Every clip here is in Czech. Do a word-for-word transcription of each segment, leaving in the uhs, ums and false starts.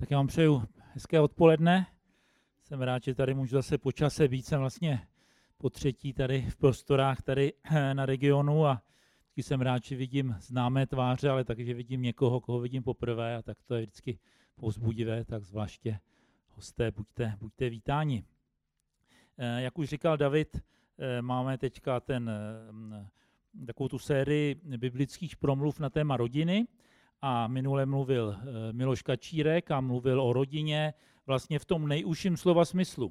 Tak já vám přeju hezké odpoledne. Jsem rád, že tady můžu zase po čase být. Jsem vlastně po třetí tady v prostorách tady na regionu a taky jsem rád, že vidím známé tváře, ale taky, že vidím někoho, koho vidím poprvé a tak to je vždycky povzbudivé, tak zvláště hosté, buďte, buďte vítáni. Jak už říkal David, máme teďka ten, takovou tu sérii biblických promluv na téma rodiny a minule mluvil Miloš Kačírek a mluvil o rodině vlastně v tom nejužším slova smyslu,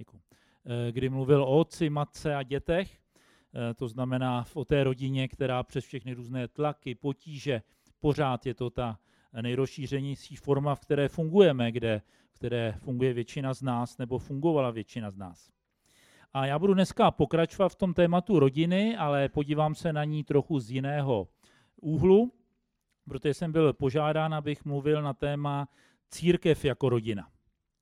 kdy mluvil o otci, matce a dětech, to znamená o té rodině, která přes všechny různé tlaky, potíže, pořád je to ta nejrozšířenější forma, v které fungujeme, kde, v které funguje většina z nás, nebo fungovala většina z nás. A já budu dneska pokračovat v tom tématu rodiny, ale podívám se na ní trochu z jiného úhlu, protože jsem byl požádán, abych mluvil na téma církev jako rodina.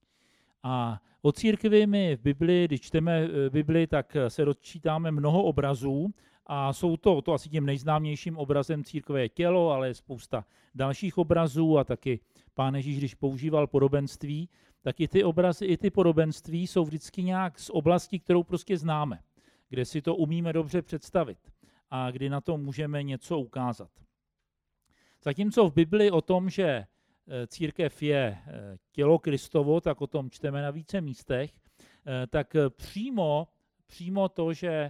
A o církvi my v Biblii, když čteme Bibli, tak se dočítáme mnoho obrazů a jsou to, to asi tím nejznámějším obrazem církve je tělo, ale je spousta dalších obrazů a taky Pán Ježíš, když používal podobenství, tak i ty obrazy, i ty podobenství jsou vždycky nějak z oblasti, kterou prostě známe, kde si to umíme dobře představit a kdy na to můžeme něco ukázat. Zatímco v Bibli o tom, že církev je tělo Kristovo, tak o tom čteme na více místech, tak přímo, přímo to, že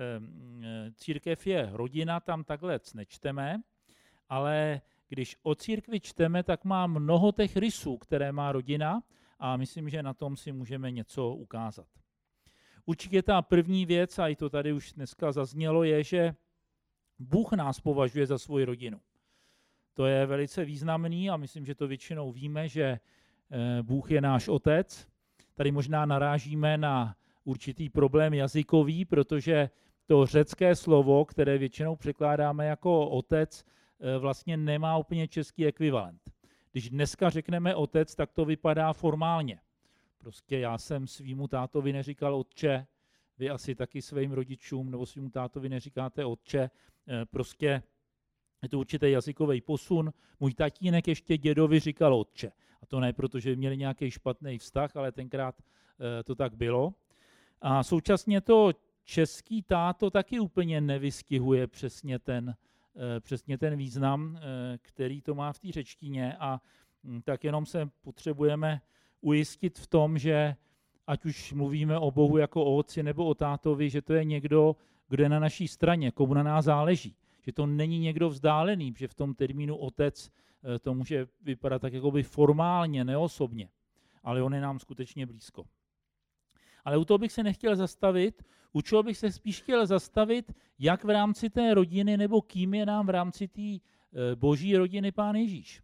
církev je rodina, tam takhle nečteme, ale když o církvi čteme, tak má mnoho těch rysů, které má rodina a myslím, že na tom si můžeme něco ukázat. Určitě ta první věc, a i to tady už dneska zaznělo, je, že Bůh nás považuje za svoji rodinu. To je velice významný a myslím, že to většinou víme, že Bůh je náš otec. Tady možná narážíme na určitý problém jazykový, protože to řecké slovo, které většinou překládáme jako otec, vlastně nemá úplně český ekvivalent. Když dneska řekneme otec, tak to vypadá formálně. Prostě já jsem svýmu tátovi neříkal otče, vy asi taky svým rodičům nebo svýmu tátovi neříkáte otče, prostě je to určitý jazykový posun. Můj tatínek ještě dědovi říkal otče. A to ne proto, že měli nějaký špatný vztah, ale tenkrát to tak bylo. A současně to český táto taky úplně nevystihuje přesně ten, přesně ten význam, který to má v té řečtině. A tak jenom se potřebujeme ujistit v tom, že ať už mluvíme o Bohu jako o otci nebo o tátovi, že to je někdo, kdo je na naší straně, komu na nás záleží. Že to není někdo vzdálený, že v tom termínu otec to může vypadat tak jakoby formálně, neosobně, ale on je nám skutečně blízko. Ale u toho bych se nechtěl zastavit, u čeho bych se spíš chtěl zastavit, jak v rámci té rodiny nebo kým je nám v rámci té boží rodiny Pán Ježíš.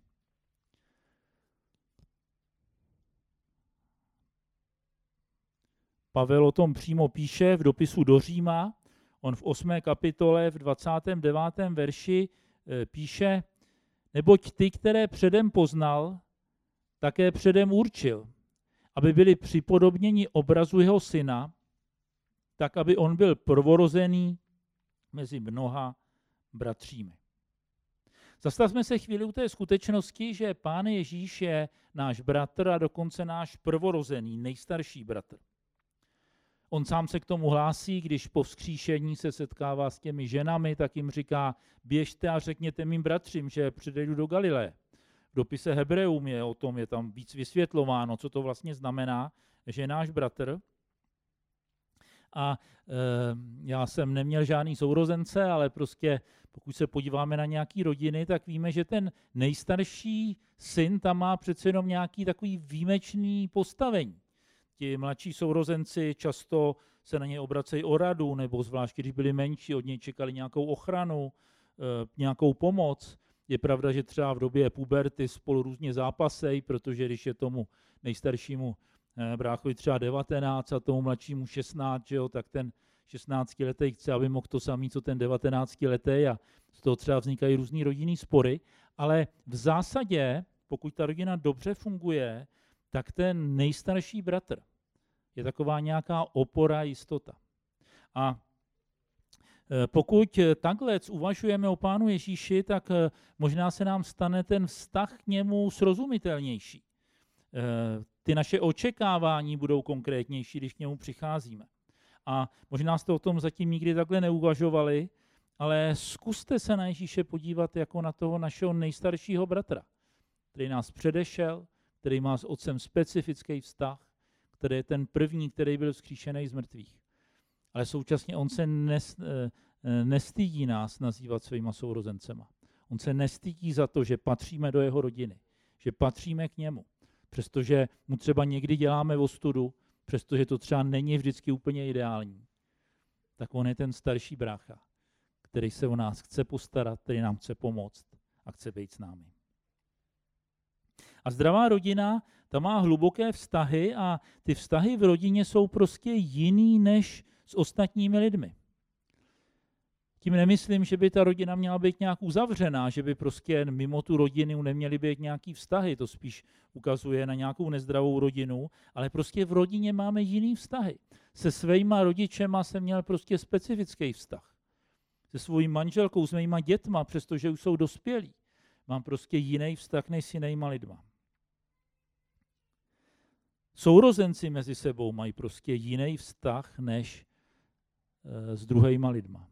Pavel o tom přímo píše v dopisu do Říma. On v osmé kapitole v dvacátém devátém verši píše, neboť ty, které předem poznal, také předem určil, aby byli připodobněni obrazu jeho syna, tak aby on byl prvorozený mezi mnoha bratřími. Zastavme se chvíli u té skutečnosti, že Pán Ježíš je náš bratr a dokonce náš prvorozený, nejstarší bratr. On sám se k tomu hlásí, když po vzkříšení se setkává s těmi ženami, tak jim říká, běžte a řekněte mým bratřím, že předejdu do Galileje. V dopise Hebreům je o tom, je tam víc vysvětlováno, co to vlastně znamená, že je náš bratr. A e, já jsem neměl žádný sourozence, ale prostě pokud se podíváme na nějaký rodiny, tak víme, že ten nejstarší syn tam má přece jenom nějaký takový výjimečný postavení. Ti mladší sourozenci často se na ně obracejí o radu, nebo zvlášť, když byli menší, od něj čekali nějakou ochranu, nějakou pomoc. Je pravda, že třeba v době puberty spolu různě zápasejí, protože když je tomu nejstaršímu bráchovi třeba devatenáct a tomu mladšímu šestnáct, že jo, tak ten šestnáctiletý chce, aby mohl to samý, co ten devatenáctiletý a z toho třeba vznikají různý rodinný spory. Ale v zásadě, pokud ta rodina dobře funguje, tak ten nejstarší bratr je taková nějaká opora, jistota. A pokud takhle uvažujeme o Pánu Ježíši, tak možná se nám stane ten vztah k němu srozumitelnější. ty naše očekávání budou konkrétnější, když k němu přicházíme. A možná jste o tom zatím nikdy takhle neuvažovali, ale zkuste se na Ježíše podívat jako na toho našeho nejstaršího bratra, který nás předešel, který má s otcem specifický vztah, který je ten první, který byl vzkříšený z mrtvých. Ale současně on se nes, nestydí nás nazývat svýma sourozencema. On se nestydí za to, že patříme do jeho rodiny, že patříme k němu. Přestože mu třeba někdy děláme ostudu, přestože to třeba není vždycky úplně ideální, tak on je ten starší brácha, který se o nás chce postarat, který nám chce pomoct a chce být s námi. A zdravá rodina, ta má hluboké vztahy a ty vztahy v rodině jsou prostě jiný než s ostatními lidmi. Tím nemyslím, že by ta rodina měla být nějak uzavřená, že by prostě mimo tu rodinu neměly být nějaký vztahy, to spíš ukazuje na nějakou nezdravou rodinu, ale prostě v rodině máme jiný vztahy. Se svýma rodičema jsem měl prostě specifický vztah. Se svojí manželkou, s mýma dětma, přestože už jsou dospělí, mám prostě jiný vztah než s jinýma lidma. Sourozenci mezi sebou mají prostě jiný vztah než e, s druhýma lidma.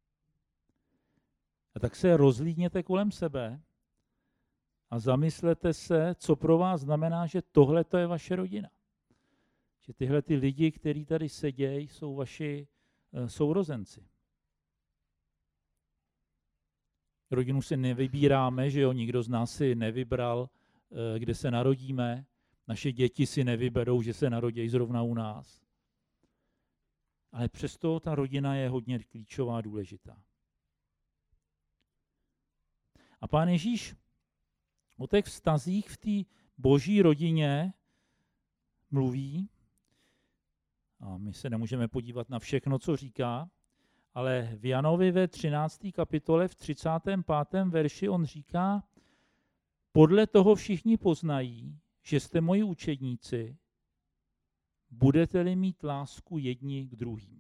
A tak se rozhlídněte kolem sebe a zamyslete se, co pro vás znamená, že tohle to je vaše rodina. Že tyhle ty lidi, kteří tady sedějí, jsou vaši e, sourozenci. Rodinu si nevybíráme, že jo, nikdo z nás si nevybral, e, kde se narodíme. Naše děti si nevyberou, že se narodí zrovna u nás. Ale přesto ta rodina je hodně klíčová a důležitá. A Pán Ježíš o těch vztazích v té boží rodině mluví. A my se nemůžeme podívat na všechno, co říká, ale v Janovi ve třinácté kapitole v třicátém pátém verši on říká: podle toho všichni poznají, že jste moji učedníci, budete-li mít lásku jedni k druhým.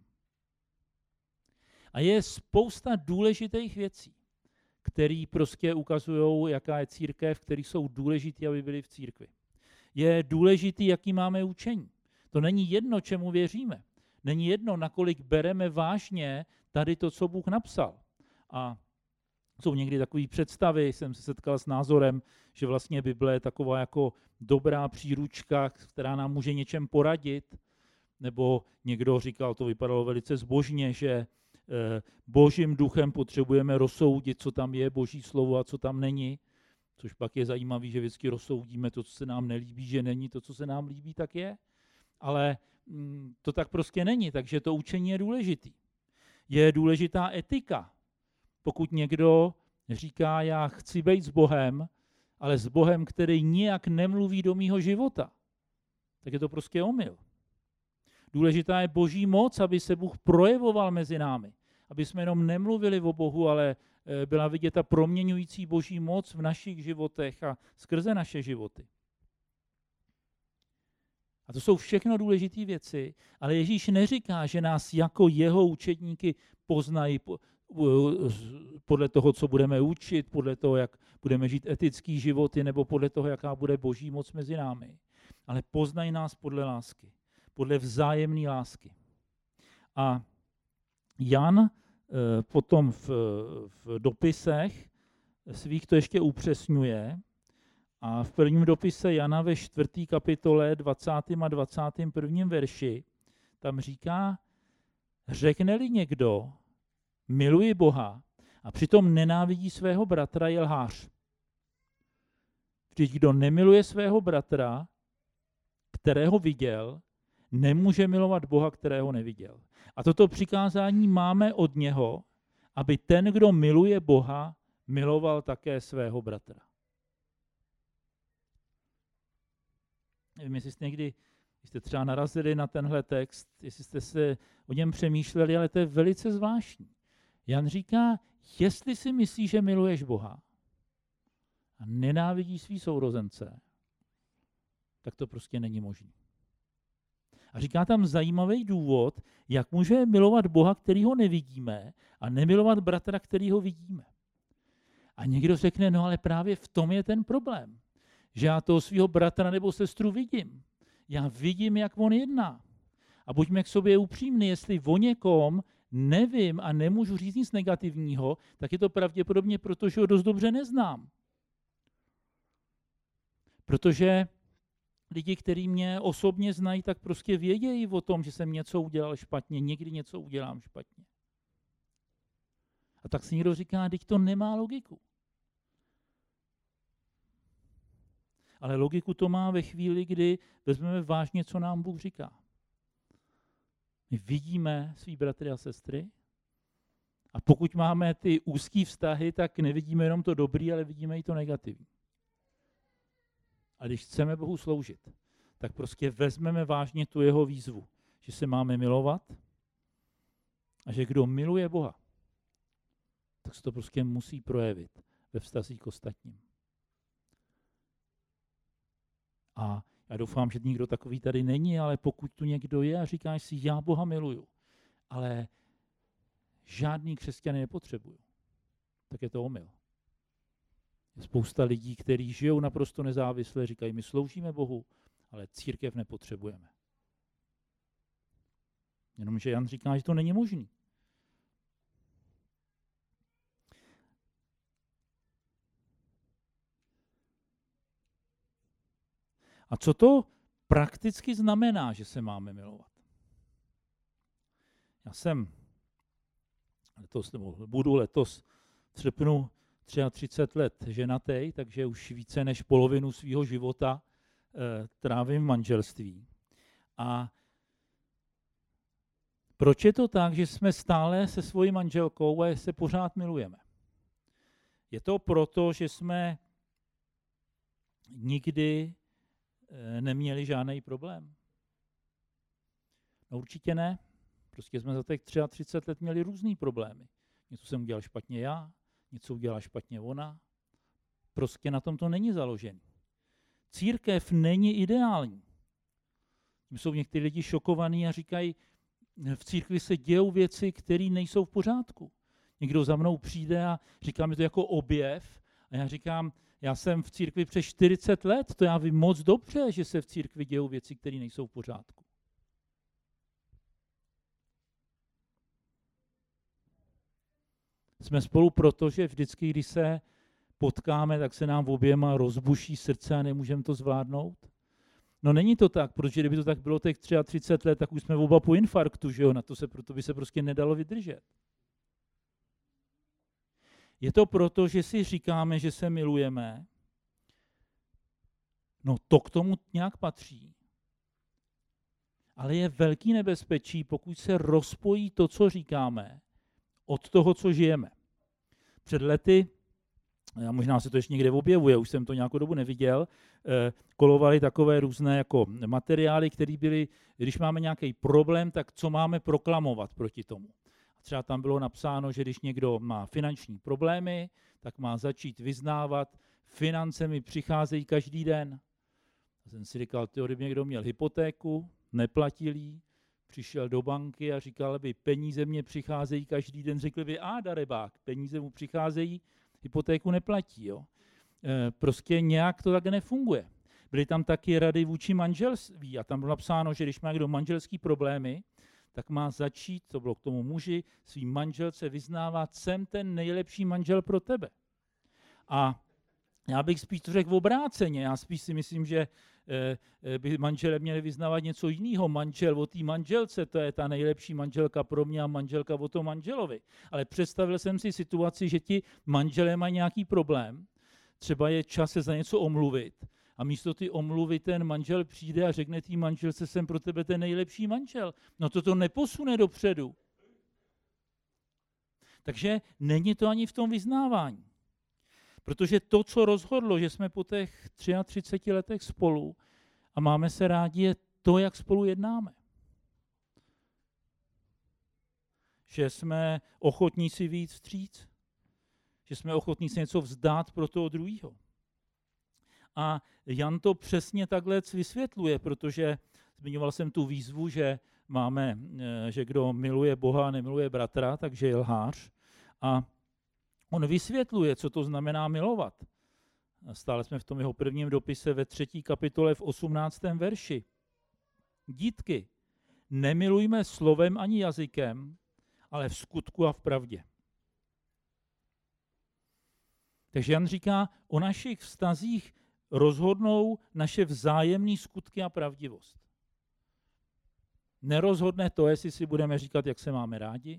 A je spousta důležitých věcí, které prostě ukazují, jaká je církev, které jsou důležité, aby byly v církvi. Je důležité, jaký máme učení. To není jedno, čemu věříme. Není jedno, nakolik bereme vážně tady to, co Bůh napsal. A jsou někdy takové představy, jsem se setkal s názorem, že vlastně Bible je taková jako dobrá příručka, která nám může něčem poradit, nebo někdo říkal, to vypadalo velice zbožně, že Božím duchem potřebujeme rozsoudit, co tam je Boží slovo a co tam není, což pak je zajímavé, že vždycky rozsoudíme to, co se nám nelíbí, že není to, co se nám líbí, tak je, ale to tak prostě není, takže to učení je důležitý. Je důležitá etika. Pokud někdo říká, já chci být s Bohem, ale s Bohem, který nijak nemluví do mýho života, tak je to prostě omyl. Důležitá je boží moc, aby se Bůh projevoval mezi námi. Aby jsme jenom nemluvili o Bohu, ale byla vidět ta proměňující boží moc v našich životech a skrze naše životy. A to jsou všechno důležité věci, ale Ježíš neříká, že nás jako jeho učedníky poznají podle toho, co budeme učit, podle toho, jak budeme žít etický životy, nebo podle toho, jaká bude boží moc mezi námi. Ale poznají nás podle lásky, podle vzájemné lásky. A Jan potom v, v dopisech svých to ještě upřesňuje. A v prvním dopise Jana ve čtvrté kapitole dvacátém a dvacátém prvním verši tam říká: řekne-li někdo, miluji Boha, a přitom nenávidí svého bratra, je lhář. Vždyť kdo nemiluje svého bratra, kterého viděl, nemůže milovat Boha, kterého neviděl. A toto přikázání máme od něho, aby ten, kdo miluje Boha, miloval také svého bratra. Nevím, jestli jste někdy, jste třeba narazili na tenhle text, jestli jste se o něm přemýšleli, ale to je velice zvláštní. Jan říká, jestli si myslíš, že miluješ Boha a nenávidíš svý sourozence, tak to prostě není možné. A říká tam zajímavý důvod, jak můžeme milovat Boha, kterýho nevidíme, a nemilovat bratra, kterýho vidíme. A někdo řekne, no ale právě v tom je ten problém, že já toho svého bratra nebo sestru vidím. Já vidím, jak on jedná. A buďme k sobě upřímní, jestli o někom nevím a nemůžu říct nic negativního, tak je to pravděpodobně proto, že ho dost dobře neznám. Protože lidi, kteří mě osobně znají, tak prostě vědějí o tom, že jsem něco udělal špatně, někdy něco udělám špatně. A tak si někdo říká, teď to nemá logiku. Ale logiku to má ve chvíli, kdy vezmeme vážně, co nám Bůh říká. My vidíme svý bratry a sestry a pokud máme ty úzký vztahy, tak nevidíme jenom to dobrý, ale vidíme i to negativní. A když chceme Bohu sloužit, tak prostě vezmeme vážně tu jeho výzvu, že se máme milovat a že kdo miluje Boha, tak se to prostě musí projevit ve vztazích k ostatním. A já doufám, že nikdo takový tady není, ale pokud tu někdo je a říkáš si, já Boha miluju, ale žádný křesťany nepotřebuju, tak je to omyl. Je spousta lidí, kteří žijou naprosto nezávisle, říkají, my sloužíme Bohu, ale církev nepotřebujeme. Jenomže Jan říká, že to není možný. A co to prakticky znamená, že se máme milovat? Já jsem letos, nebo budu letos v srpnu třicet tři let ženatý, takže už více než polovinu svého života e, trávím v manželství. A proč je to tak, že jsme stále se svojí manželkou a se pořád milujeme? Je to proto, že jsme nikdy e, neměli žádný problém? No určitě ne. Prostě jsme za těch třicet tři let měli různý problémy. Něco jsem udělal špatně já, něco udělala špatně ona. Prostě na tom to není založený. Církev není ideální. Tím jsou někteří lidi šokovaní a říkají, v církvi se dějou věci, které nejsou v pořádku. Někdo za mnou přijde a říká mi to jako objev a já říkám, já jsem v církvi přes čtyřicet let, to já vím moc dobře, že se v církvi dějou věci, které nejsou v pořádku. Jsme spolu proto, že vždycky, když se potkáme, tak se nám v oběma rozbuší srdce a nemůžeme to zvládnout? No není to tak, protože kdyby to tak bylo těch třicet tři let, tak už jsme oba po infarktu, že jo? Na to se, proto by se prostě nedalo vydržet. Je to proto, že si říkáme, že se milujeme? No to k tomu nějak patří. Ale je velký nebezpečí, pokud se rozpojí to, co říkáme, od toho, co žijeme. Před lety, já možná se to ještě někde objevuje, už jsem to nějakou dobu neviděl, eh, kolovaly takové různé jako materiály, které byly, když máme nějaký problém, tak co máme proklamovat proti tomu. Třeba tam bylo napsáno, že když někdo má finanční problémy, tak má začít vyznávat, finance mi přicházejí každý den. A jsem si říkal, tyjo, kdyby někdo měl hypotéku, neplatil jí, přišel do banky a říkal by, peníze mě přicházejí každý den, řekl by, a darebák, peníze mu přicházejí, hypotéku neplatí. Jo. E, prostě nějak to tak nefunguje. Byly tam taky rady vůči manželství a tam bylo napsáno, že když má někdo manželský problémy, tak má začít, to bylo k tomu muži, svým manželce vyznávat, jsem ten nejlepší manžel pro tebe. A já bych spíš to řekl obráceně, já spíš si myslím, že by manželé měli vyznávat něco jiného. Manžel o té manželce, to je ta nejlepší manželka pro mě a manželka o tom manželovi. Ale představil jsem si situaci, že ti manželé mají nějaký problém, třeba je čas se za něco omluvit a místo ty omluvy ten manžel přijde a řekne té manželce, jsem pro tebe ten nejlepší manžel. No to to neposune dopředu. Takže není to ani v tom vyznávání. Protože to, co rozhodlo, že jsme po těch třiceti třech letech spolu a máme se rádi, je to, jak spolu jednáme. Že jsme ochotní si vyjít vstříc, že jsme ochotní si něco vzdát pro toho druhého. A Jan to přesně takhle vysvětluje, protože zmiňoval jsem tu výzvu, že máme, že kdo miluje Boha a nemiluje bratra, takže je lhář. A on vysvětluje, co to znamená milovat. Stále jsme v tom jeho prvním dopise ve třetí kapitole v osmnáctém verši. Dítky, nemilujme slovem ani jazykem, ale v skutku a v pravdě. Takže Jan říká, o našich vztazích rozhodnou naše vzájemné skutky a pravdivost. Nerozhodne to, jestli si budeme říkat, jak se máme rádi.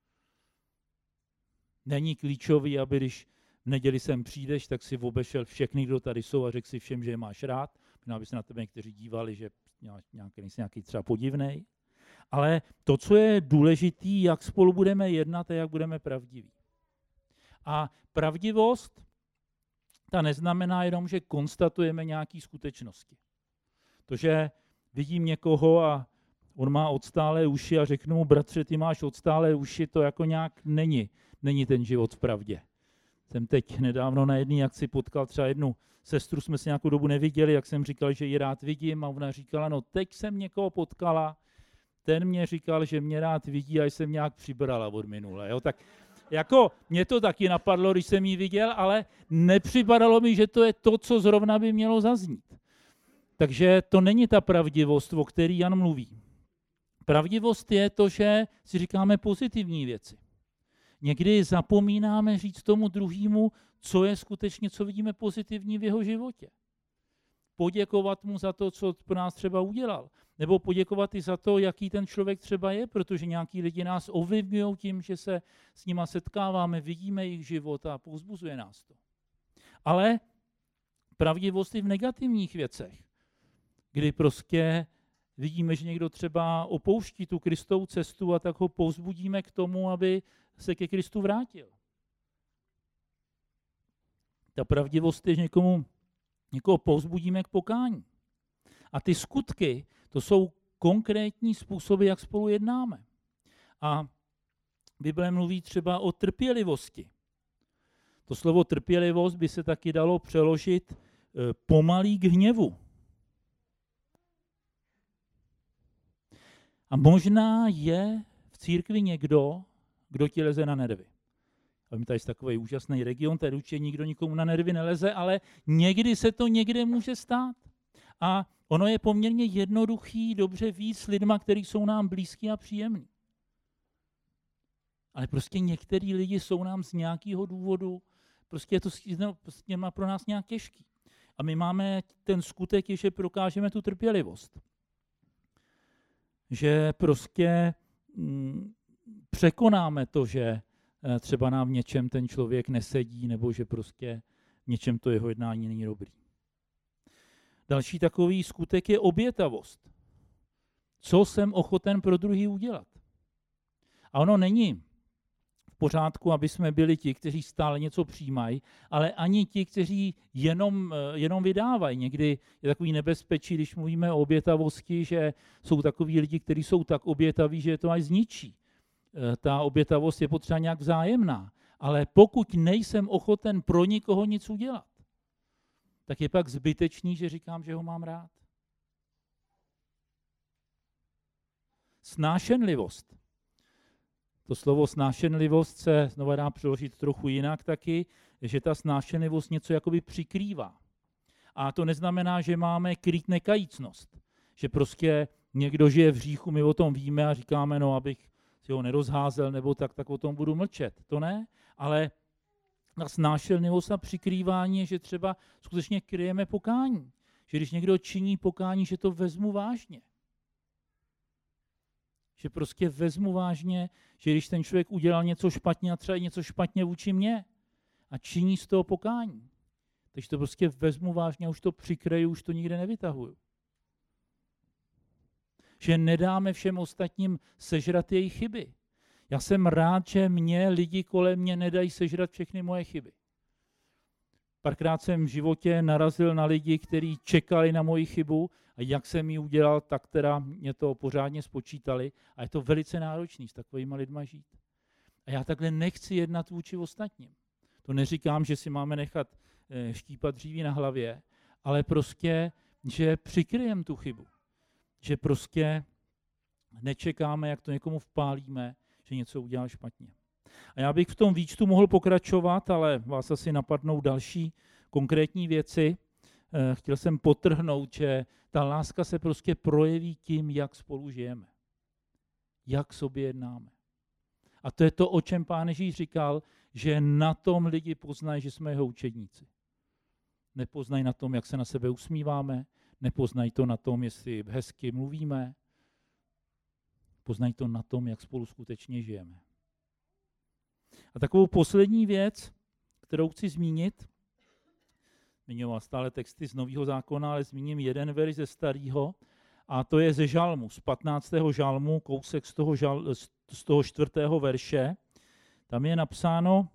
Není klíčový, aby když v neděli sem přijdeš, tak si obešel všechny, kdo tady jsou a řekl si všem, že je máš rád. Možná by se na tebe někteří dívali, že nějaký, nejsi nějaký třeba podivnej. Ale to, co je důležité, jak spolu budeme jednat a jak budeme pravdiví. A pravdivost, ta neznamená jenom, že konstatujeme nějaké skutečnosti. To, že vidím někoho a on má odstálé uši a řeknu mu, bratře, ty máš odstálé uši, to jako nějak není. Není ten život v pravdě. Jsem teď nedávno na jedné akci potkal třeba jednu sestru, jsme se nějakou dobu neviděli, jak jsem říkal, že ji rád vidím a ona říkala, no teď jsem někoho potkala, ten mě říkal, že mě rád vidí a jsem nějak přibrala od minule. Jo? Tak jako mě to taky napadlo, když jsem ji viděl, ale nepřipadalo mi, že to je to, co zrovna by mělo zaznít. Takže to není ta pravdivost, o který Jan mluví. Pravdivost je to, že si říkáme pozitivní věci. Někdy zapomínáme říct tomu druhému, co je skutečně, co vidíme pozitivní v jeho životě. Poděkovat mu za to, co pro nás třeba udělal. Nebo poděkovat i za to, jaký ten člověk třeba je, protože nějaký lidi nás ovlivňují tím, že se s nima setkáváme, vidíme jejich život a povzbuzuje nás to. Ale pravdivost i v negativních věcech, kdy prostě vidíme, že někdo třeba opouští tu Kristovu cestu a tak ho povzbudíme k tomu, aby se ke Kristu vrátil. Ta pravdivost je, že někomu, někoho povzbudíme k pokání. A ty skutky, to jsou konkrétní způsoby, jak spolu jednáme. A Bible mluví třeba o trpělivosti. To slovo trpělivost by se taky dalo přeložit e, pomalý k hněvu. A možná je v církvi někdo, kdo ti leze na nervy. A my tady je takový úžasný region, tady určitě nikdo nikomu na nervy neleze, ale někdy se to někde může stát. A ono je poměrně jednoduchý, dobře víc s lidma, kteří jsou nám blízký a příjemní. Ale prostě některý lidi jsou nám z nějakého důvodu, prostě je to no, prostě má pro nás nějak těžký. A my máme ten skutek, že prokážeme tu trpělivost. Že prostě mm, překonáme to, že třeba nám v něčem ten člověk nesedí, nebo že prostě v něčem to jeho jednání není dobrý. Další takový skutek je obětavost. Co jsem ochoten pro druhý udělat? A ono není v pořádku, aby jsme byli ti, kteří stále něco přijímají, ale ani ti, kteří jenom, jenom vydávají. Někdy je takový nebezpečí, když mluvíme o obětavosti, že jsou takoví lidi, kteří jsou tak obětaví, že je to až zničí. Ta obětavost je potřeba nějak vzájemná. Ale pokud nejsem ochoten pro nikoho nic udělat, tak je pak zbytečný, že říkám, že ho mám rád. Snášenlivost. To slovo snášenlivost se znovu dá přeložit trochu jinak taky, že ta snášenlivost něco jakoby přikrývá. A to neznamená, že máme krýt nekajícnost. Že prostě někdo žije v hříchu, my o tom víme a říkáme, no abych si ho nerozházel nebo tak, tak o tom budu mlčet. To ne, ale ta snášenlivost a přikrývání je, že třeba skutečně kryjeme pokání. Že když někdo činí pokání, že to vezmu vážně. Že prostě vezmu vážně, že když ten člověk udělal něco špatně a třeba něco špatně vůči mně a činí z toho pokání, takže to prostě vezmu vážně a už to přikryju, už to nikde nevytahuju. Že nedáme všem ostatním sežrat jejich chyby. Já jsem rád, že mě lidi kolem mě nedají sežrat všechny moje chyby. Párkrát jsem v životě narazil na lidi, kteří čekali na moji chybu a jak jsem ji udělal, tak teda mě to pořádně spočítali a je to velice náročný s takovýma lidma žít. A já takhle nechci jednat vůči ostatním. To neříkám, že si máme nechat štípat dříví na hlavě, ale prostě, že přikryjem tu chybu. Že prostě nečekáme, jak to někomu vpálíme, že něco udělal špatně. A já bych v tom výčtu mohl pokračovat, ale vás asi napadnou další konkrétní věci. Chtěl jsem podtrhnout, že ta láska se prostě projeví tím, jak spolu žijeme. Jak sobě jednáme. A to je to, o čem Pán Ježíš říkal, že na tom lidi poznají, že jsme jeho učedníci. Nepoznají na tom, jak se na sebe usmíváme, nepoznají to na tom, jestli hezky mluvíme, poznají to na tom, jak spolu skutečně žijeme. A takovou poslední věc, kterou chci zmínit, zmiňoval stále texty z Nového zákona, ale zmíním jeden verš ze Starého, a to je ze Žalmu, z patnáctého žalmu, kousek z toho, žal, z toho čtvrtého verše. Tam je napsáno,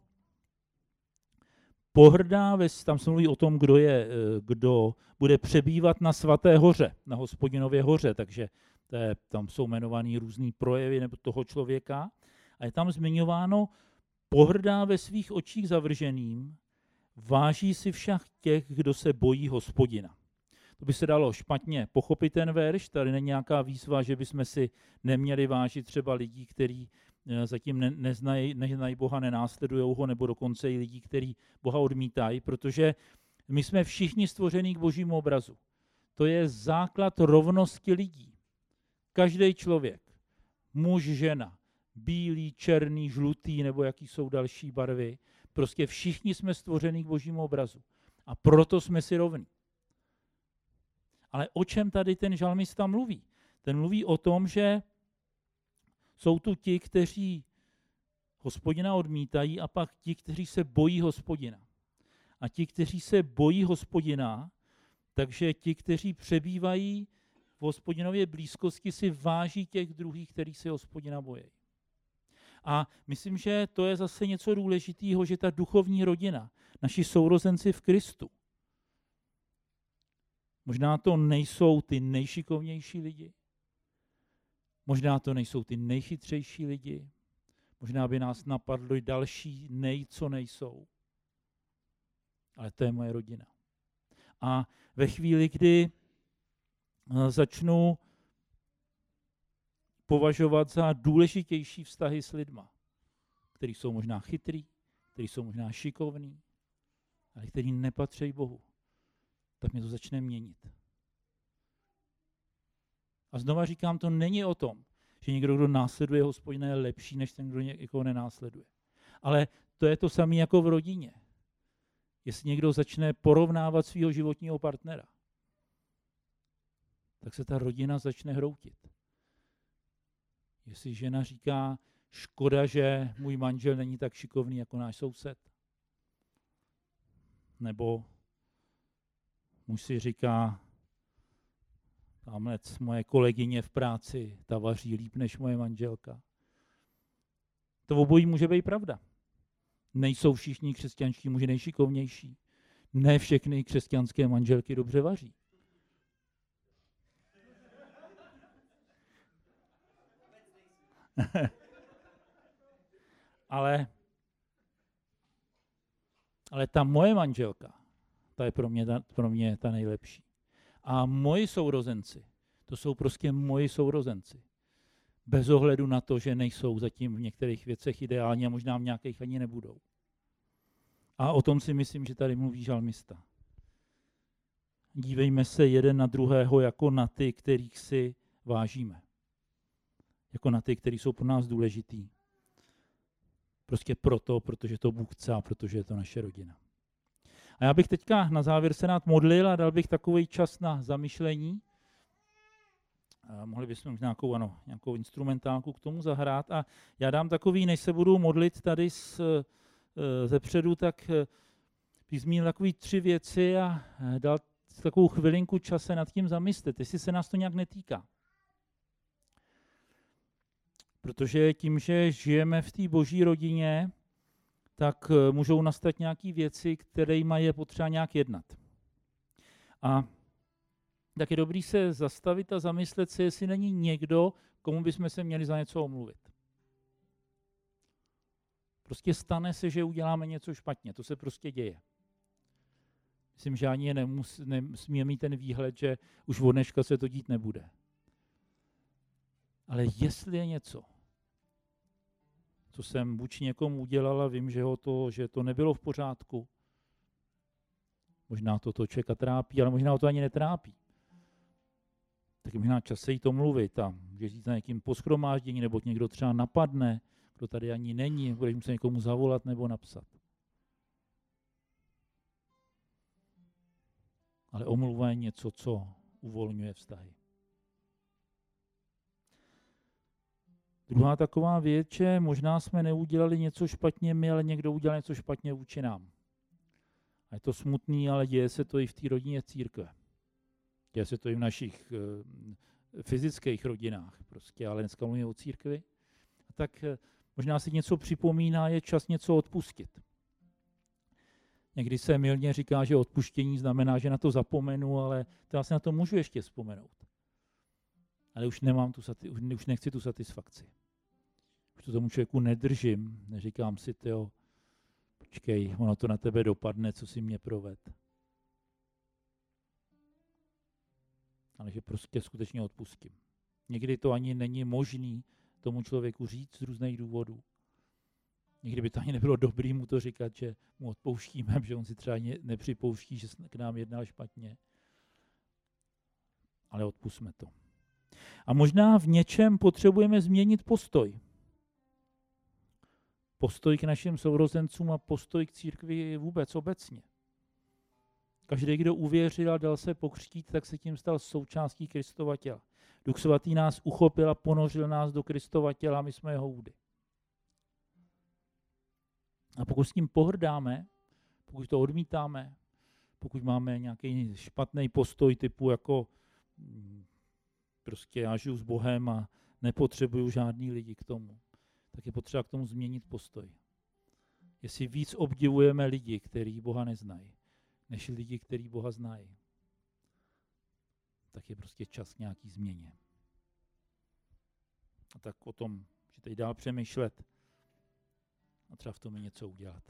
pohrdá, ve, tam se mluví o tom, kdo, je, kdo bude přebývat na svaté hoře, na Hospodinově hoře, takže to je, tam jsou jmenovaný různý projevy nebo toho člověka. A je tam zmiňováno, pohrdá ve svých očích zavrženým, váží si však těch, kdo se bojí Hospodina. To by se dalo špatně pochopit ten verš, tady není nějaká výzva, že bychom si neměli vážit třeba lidí, kteří zatím ne, neznají, neznají Boha, nenásledují ho, nebo dokonce i lidí, kteří Boha odmítají, protože my jsme všichni stvoření k Božímu obrazu. To je základ rovnosti lidí. Každý člověk, muž, žena, bílý, černý, žlutý, nebo jaký jsou další barvy, prostě všichni jsme stvoření k Božímu obrazu. A proto jsme si rovní. Ale o čem tady ten žalmista mluví? Ten mluví o tom, že jsou tu ti, kteří Hospodina odmítají, a pak ti, kteří se bojí Hospodina. A ti, kteří se bojí Hospodina, takže ti, kteří přebývají v Hospodinově blízkosti, si váží těch druhých, kteří se Hospodina bojí. A myslím, že to je zase něco důležitého, že ta duchovní rodina, naši sourozenci v Kristu, možná to nejsou ty nejšikovnější lidi, možná to nejsou ty nejchytřejší lidi, možná by nás napadlo i další nej, co nejsou. Ale to je moje rodina. A ve chvíli, kdy začnu považovat za důležitější vztahy s lidma, kteří jsou možná chytrý, kteří jsou možná šikovní, ale kteří nepatří Bohu, tak mě to začne měnit. A znova říkám, to není o tom, že někdo, kdo následuje Hospodina, je lepší, než ten, kdo někoho nenásleduje. Ale to je to samé jako v rodině. Jestli někdo začne porovnávat svého životního partnera, tak se ta rodina začne hroutit. Jestli žena říká, škoda, že můj manžel není tak šikovný jako náš soused. Nebo muž si říká, tamhle moje kolegyně v práci, ta vaří líp než moje manželka. To obojí může být pravda. Nejsou všichni křesťanští muži nejšikovnější. Ne všechny křesťanské manželky dobře vaří. ale, ale ta moje manželka, ta je pro mě ta, pro mě ta nejlepší. A moji sourozenci, to jsou prostě moji sourozenci. Bez ohledu na to, že nejsou zatím v některých věcech ideální a možná v nějakých ani nebudou. A o tom si myslím, že tady mluví žalmista. Dívejme se jeden na druhého jako na ty, kterých si vážíme. Jako na ty, kteří jsou pro nás důležitý. Prostě proto, protože to Bůh chce a protože je to naše rodina. A já bych teďka na závěr se rád modlil a dal bych takový čas na zamyšlení. A mohli bychom nějakou, ano, nějakou instrumentálku k tomu zahrát. A já dám takový, než se budu modlit tady z, ze předu, tak bych zmínil takový tři věci a dal takovou chvilinku čase nad tím zamyslet, jestli se nás to nějak netýká. Protože tím, že žijeme v té boží rodině, tak můžou nastat nějaké věci, kterými je potřeba nějak jednat. A tak je dobrý se zastavit a zamyslet se, jestli není někdo, komu bychom se měli za něco omluvit. Prostě stane se, že uděláme něco špatně, to se prostě děje. Myslím, že ani nemus, nesmíme mít ten výhled, že už od dneška se to dít nebude. Ale jestli je něco, co jsem vůči někomu udělal a vím, že, ho to, že to nebylo v pořádku, Možná to toho člověka trápí, ale možná ho to ani netrápí. Tak možná čas se jí to mluvit a můžeš jít na někým poschromáždění, nebo někdo třeba napadne, kdo tady ani není, budeš muset někomu zavolat nebo napsat. Ale omluva je něco, co uvolňuje vztahy. Druhá taková věc, že možná jsme neudělali něco špatně my, ale někdo udělal něco špatně vůči nám. A je to smutný, ale děje se to i v té rodině církve. Děje se to i v našich e, fyzických rodinách, prostě, ale dneska mluvíme o církvi. A tak e, možná si něco připomíná, je čas něco odpustit. Někdy se mylně říká, že odpuštění znamená, že na to zapomenu, ale to já si na to můžu ještě vzpomenout. Ale už nemám tu, už nechci tu satisfakci. Už to tomu člověku nedržím, neříkám si, tyjo, počkej, ono to na tebe dopadne, co si mě proved. Ale že prostě skutečně odpustím. Někdy to ani není možný tomu člověku říct z různých důvodů. Někdy by to ani nebylo dobrý mu to říkat, že mu odpouštíme, že on si třeba nepřipouští, že k nám jednal špatně. Ale odpustme to. A možná v něčem potřebujeme změnit postoj. Postoj k našim sourozencům a postoj k církvi vůbec obecně. Každý, kdo uvěřil a dal se pokřtít, tak se tím stal součástí Kristova těla. Duch svatý nás uchopil a ponořil nás do Kristova těla, my jsme jeho údy. A pokud s tím pohrdáme, pokud to odmítáme, pokud máme nějaký špatný postoj typu jako prostě já žiju s Bohem a nepotřebuju žádný lidi k tomu, tak je potřeba k tomu změnit postoj. Jestli víc obdivujeme lidi, kteří Boha neznají, než lidi, kteří Boha znají, tak je prostě čas k nějaký změně. A tak o tom, že teď dál přemýšlet a třeba v tom je něco udělat.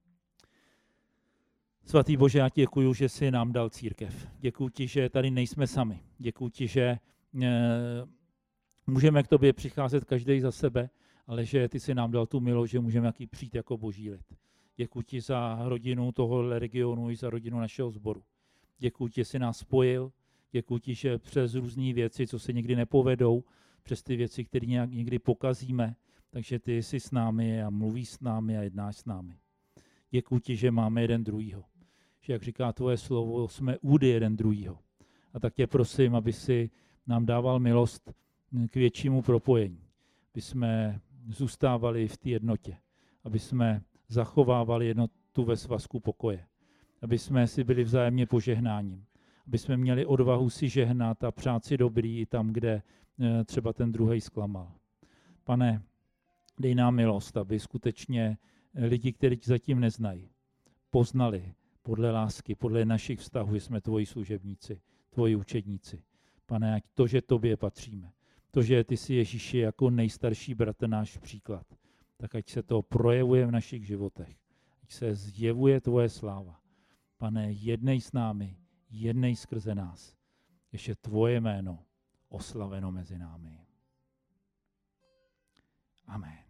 Svatý Bože, já ti děkuju, že jsi nám dal církev. Děkuju ti, že tady nejsme sami. Děkuju ti, že e, můžeme k tobě přicházet každý za sebe, ale že ty jsi nám dal tu milost, že můžeme jaký přijít jako boží lid. Děkuji ti za rodinu tohohle regionu i za rodinu našeho sboru. Děkuji ti, že jsi nás spojil. Děkuji ti, že přes různé věci, co se někdy nepovedou, přes ty věci, které nějak někdy pokazíme, takže ty jsi s námi a mluvíš s námi a jednáš s námi. Děkuji ti, že máme jeden druhýho. Že jak říká tvoje slovo, jsme údy jeden druhýho. A tak tě prosím, aby si nám dával milost k většímu propojení. Aby jsme zůstávali v té jednotě. Aby jsme zachovávali jednotu ve svazku pokoje. Aby jsme si byli vzájemně požehnáním. Aby jsme měli odvahu si žehnat a přát si dobrý i tam, kde třeba ten druhej zklamal. Pane, dej nám milost, aby skutečně lidi, kteří tě zatím neznají, poznali podle lásky, podle našich vztahů, že jsme tvoji služebníci, tvoji učedníci. Pane, ať to, že tobě patříme, to, že ty jsi Ježíši jako nejstarší bratr náš příklad, tak ať se to projevuje v našich životech. Ať se zjevuje tvoje sláva. Pane, jednej s námi, jednej skrze nás. Ještě tvoje jméno oslaveno mezi námi. Amen.